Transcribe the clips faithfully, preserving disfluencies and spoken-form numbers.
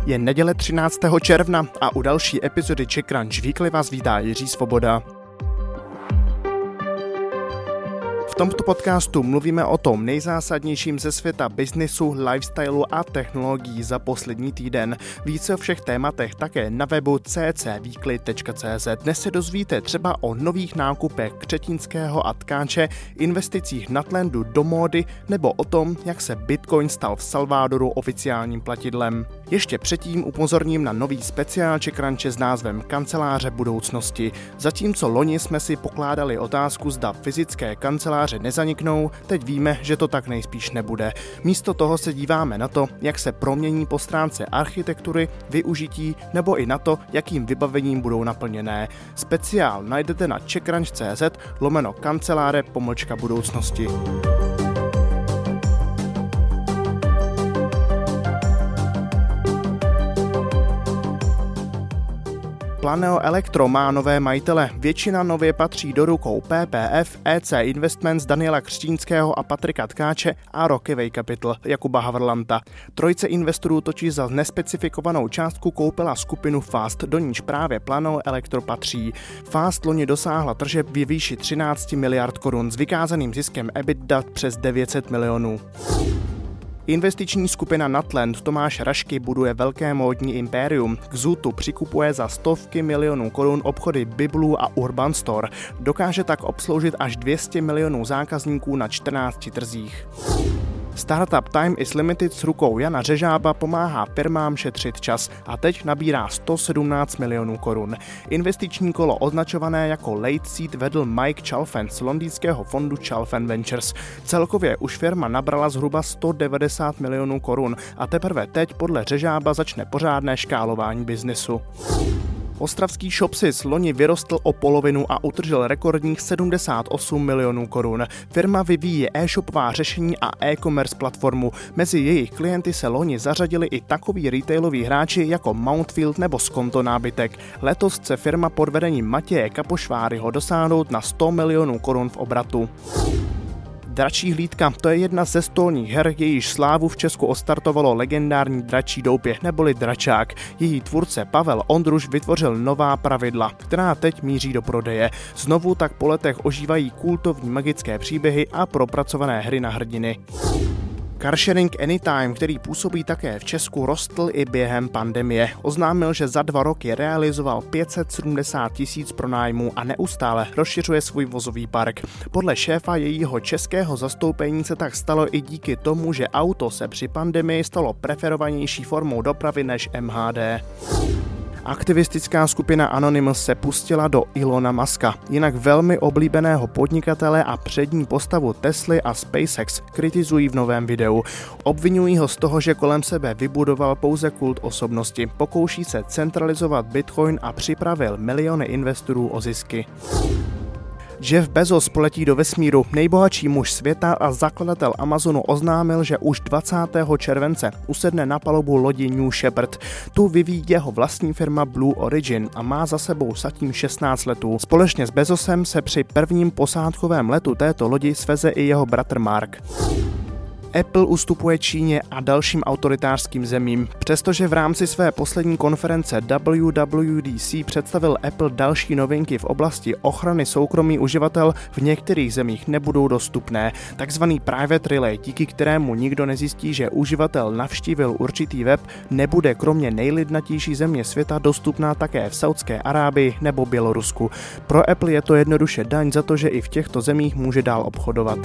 Je neděle třináctého června a u další epizody CzechCrunch Weekly vás vítá Jiří Svoboda. V tomto podcastu mluvíme o tom nejzásadnějším ze světa biznisu, lifestylu a technologií za poslední týden. Více o všech tématech také na webu c c weekly tečka c z. Dnes se dozvíte třeba o nových nákupech Křetínského a Tkáče, investicích Natlandu do módy nebo o tom, jak se Bitcoin stal v Salvadoru oficiálním platidlem. Ještě předtím upozorním na nový speciál CzechCrunche s názvem Kanceláře budoucnosti. Zatímco loni jsme si pokládali otázku, zda fyzické kanceláře nezaniknou, teď víme, že to tak nejspíš nebude. Místo toho se díváme na to, jak se promění po stránce architektury, využití nebo i na to, jakým vybavením budou naplněné. Speciál najdete na CzechCrunch tečka cé zet lomeno kanceláře pomlčka budoucnosti. Planeo Elektro má nové majitele, většina nově patří do rukou P P F, E C Investments Daniela Křetínského a Patrika Tkáče a Rockaway Capital Jakuba Havrlanta. Trojice investorů totiž za nespecifikovanou částku koupila skupinu Fast, do níž právě Planeo Elektro patří. Fast loni dosáhla tržeb ve výši třináct miliard korun s vykázaným ziskem EBITDA přes devět set milionů. Investiční skupina Natland Tomáš Rašky buduje velké módní impérium. K Zootu přikupuje za stovky milionů korun obchody Biblu a Urban Store. Dokáže tak obsloužit až dvě stě milionů zákazníků na čtrnácti trzích. Startup Time is Limited s rukou Jana Řežába pomáhá firmám šetřit čas a teď nabírá sto sedmnáct milionů korun. Investiční kolo označované jako Late Seed vedl Mike Chalfen z londýnského fondu Chalfen Ventures. Celkově už firma nabrala zhruba sto devadesát milionů korun a teprve teď podle Řežába začne pořádné škálování biznesu. Ostravský Shopsys loni vyrostl o polovinu a utržil rekordních sedmdesát osm milionů korun. Firma vyvíjí e-shopová řešení a e-commerce platformu. Mezi jejich klienty se loni zařadili i takoví retailoví hráči jako Mountfield nebo Skonto nábytek. Letos chce firma pod vedením Matěje Kapošváryho dosáhnout na sto milionů korun v obratu. Dračí hlídka, to je jedna ze stolních her, jejíž slávu v Česku odstartovalo legendární dračí doupě neboli Dračák. Její tvůrce Pavel Ondruš vytvořil nová pravidla, která teď míří do prodeje. Znovu tak po letech ožívají kultovní magické příběhy a propracované hry na hrdiny. Carsharing Anytime, který působí také v Česku, rostl i během pandemie. Oznámil, že za dva roky realizoval pět set sedmdesát tisíc pronájmů a neustále rozšiřuje svůj vozový park. Podle šéfa jejího českého zastoupení se tak stalo i díky tomu, že auto se při pandemii stalo preferovanější formou dopravy než M H D. Aktivistická skupina Anonymous se pustila do Elona Muska, jinak velmi oblíbeného podnikatele a přední postavu Tesly a SpaceX kritizují v novém videu. Obvinují ho z toho, že kolem sebe vybudoval pouze kult osobnosti, pokouší se centralizovat Bitcoin a připravil miliony investorů o zisky. Jeff Bezos poletí do vesmíru. Nejbohatší muž světa a zakladatel Amazonu oznámil, že už dvacátého července usedne na palubu lodi New Shepard. Tu vyvíjí jeho vlastní firma Blue Origin a má za sebou zatím šestnáct letů. Společně s Bezosem se při prvním posádkovém letu této lodi sveze i jeho bratr Mark. Apple ustupuje Číně a dalším autoritářským zemím. Přestože v rámci své poslední konference W W D C představil Apple další novinky v oblasti ochrany soukromí uživatel, v některých zemích nebudou dostupné. Takzvaný private relay, díky kterému nikdo nezjistí, že uživatel navštívil určitý web, nebude kromě nejlidnatější země světa dostupná také v Saudské Arábii nebo Bělorusku. Pro Apple je to jednoduše daň za to, že i v těchto zemích může dál obchodovat.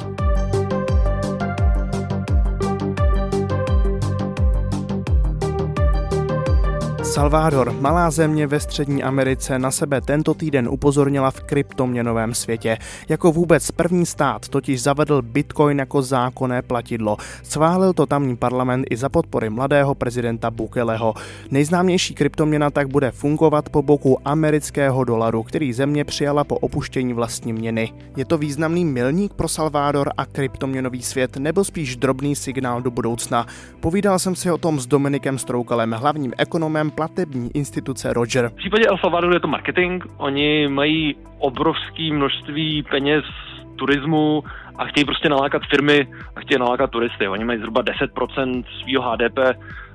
Salvador, malá země ve Střední Americe, na sebe tento týden upozornila v kryptoměnovém světě. Jako vůbec první stát totiž zavedl Bitcoin jako zákonné platidlo. Schválil to tamní parlament i za podpory mladého prezidenta Bukeleho. Nejznámější kryptoměna tak bude fungovat po boku amerického dolaru, který země přijala po opuštění vlastní měny. Je to významný milník pro Salvador a kryptoměnový svět, nebo spíš drobný signál do budoucna? Povídal jsem si o tom s Dominikem Stroukalem, hlavním ekonomem platební instituce Roger. V případě El Salvadoru je to marketing. Oni mají obrovské množství peněz turismu a chtějí prostě nalákat firmy a chtějí nalákat turisty. Oni mají zhruba deset procent svého H D P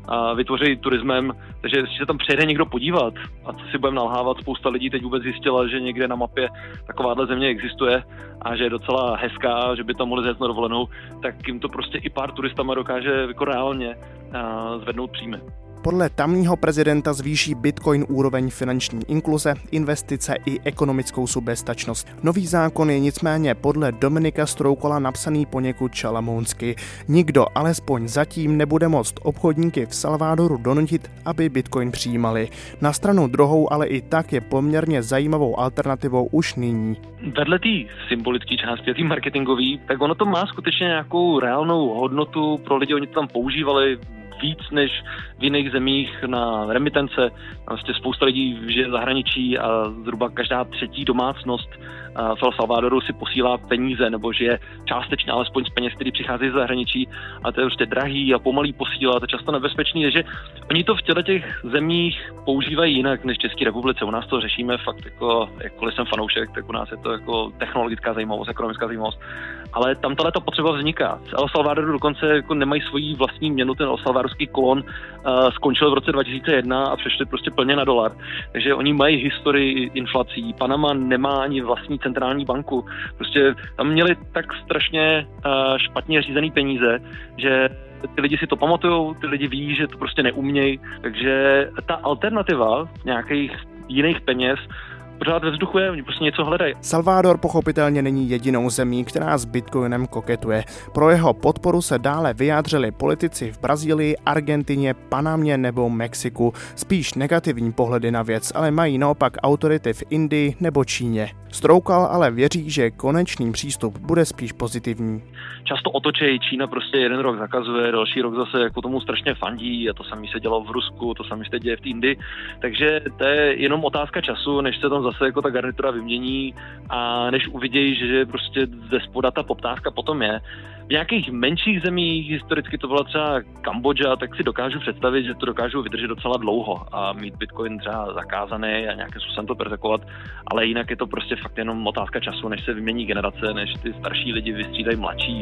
a vytvoří turismem, takže když se tam přijede někdo podívat a co si budeme nalhávat, spousta lidí teď vůbec zjistila, že někde na mapě takováhle země existuje a že je docela hezká, že by tam mohli zjet na dovolenou, tak jim to prostě i pár turistama dokáže jako reálně zvednout příjmy. Podle tamního prezidenta zvýší Bitcoin úroveň finanční inkluze, investice i ekonomickou soběstačnost. Nový zákon je nicméně podle Dominika Stroukola napsaný poněkud šalamounsky. Nikdo alespoň zatím nebude moct obchodníky v Salvadoru donutit, aby Bitcoin přijímali. Na stranu druhou ale i tak je poměrně zajímavou alternativou už nyní. Vedle té symbolické části, té marketingové, tak ono to má skutečně nějakou reálnou hodnotu pro lidi, oni to tam používali víc než v jiných zemích na remitence. Vlastně spousta lidí žije v zahraničí a zhruba každá třetí domácnost v El Salvadoru si posílá peníze nebo žije částečně alespoň z peněz, které přichází z zahraničí, a to je prostě drahý a pomalý posílat, to je často nebezpečný, takže oni to v těchto těch zemích používají jinak než v České republice. U nás to řešíme fakt jako, jakkoliv jsem fanoušek, tak u nás je to jako technologická zajímavost, ekonomická zajímavost, ale tam tato potřeba vzniká. Z El Salvadoru dokonce jako nemají svoji vlastní měnu, ten El Salvadorský kolon uh, skončil v roce dva tisíce jedna a přešli prostě plně na dolar. Takže oni mají historii inflací. Panama nemá ani vlastní centrální banku. Prostě tam měli tak strašně uh, špatně řízený peníze, že ty lidi si to pamatujou, ty lidi ví, že to prostě neumějí. Takže ta alternativa nějakých jiných peněz pořád ve vzduchu je, oni prostě něco hledají. Salvador pochopitelně není jedinou zemí, která s Bitcoinem koketuje. Pro jeho podporu se dále vyjádřili politici v Brazílii, Argentině, Panamě nebo Mexiku. Spíš negativní pohledy na věc, ale mají naopak autority v Indii nebo Číně. Stroukal ale věří, že konečný přístup bude spíš pozitivní. Často otočej, Čína prostě jeden rok zakazuje, další rok zase jako tomu strašně fandí a to samé se dělo v Rusku, to samé se děje v Indii, takže to je jenom otázka času, než se tam zase jako ta garnitura vymění a než uvidějí, že prostě ze spoda ta poptávka potom je. V nějakých menších zemích, historicky to byla třeba Kambodža, tak si dokážu představit, že to dokážou vydržet docela dlouho a mít Bitcoin třeba zakázaný a nějakým způsobem to perzekovat, ale jinak je to prostě fakt jenom otázka času, než se vymění generace, než ty starší lidi vystřídají mladší.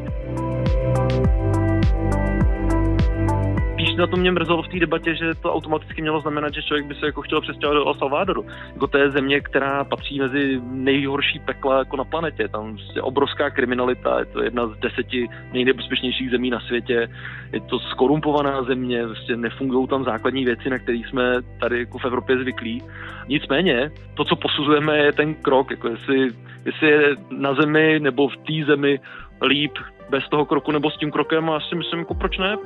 Na to mě mrzelo v té debatě, že to automaticky mělo znamenat, že člověk by se jako chtěl přestěhovat do El Salvadoru. Jako to je země, která patří mezi nejhorší pekla jako na planetě. Tam je obrovská kriminalita, je to jedna z deseti nejnebezpečnějších zemí na světě. Je to skorumpovaná země, vlastně nefungují tam základní věci, na které jsme tady jako v Evropě zvyklí. Nicméně, to, co posuzujeme, je ten krok, jako jestli, jestli je na zemi nebo v té zemi líp bez toho kroku nebo s tím krokem, a já si myslím, jako proč ne?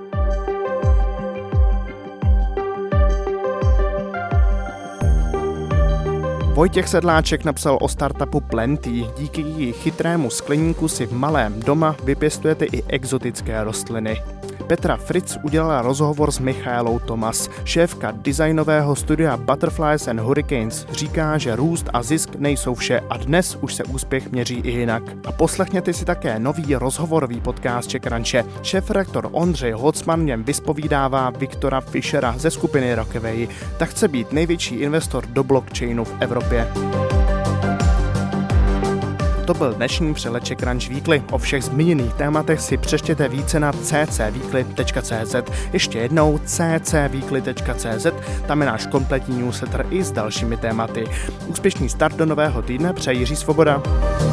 Vojtěch Sedláček napsal o startupu Plenty. Díky její chytrému skleníku si v malém doma vypěstujete i exotické rostliny. Petra Fritz udělala rozhovor s Michaelou Thomas. Šéfka designového studia Butterflies and Hurricanes říká, že růst a zisk nejsou vše a dnes už se úspěch měří i jinak. A poslechněte si také nový rozhovorový podcast CzechCrunche. Šéfredaktor Ondřej Hocman něm vyspovídává Viktora Fischera ze skupiny Rockaway. Tak chce být největší investor do blockchainu v Evropě. To byl dnešní přehled CzechCrunch Weekly. O všech zmíněných tématech si přečtěte více na c c weekly tečka c z. Ještě jednou c c weekly tečka c z, tam je náš kompletní newsletter i s dalšími tématy. Úspěšný start do nového týdne přeje Jiří Svoboda.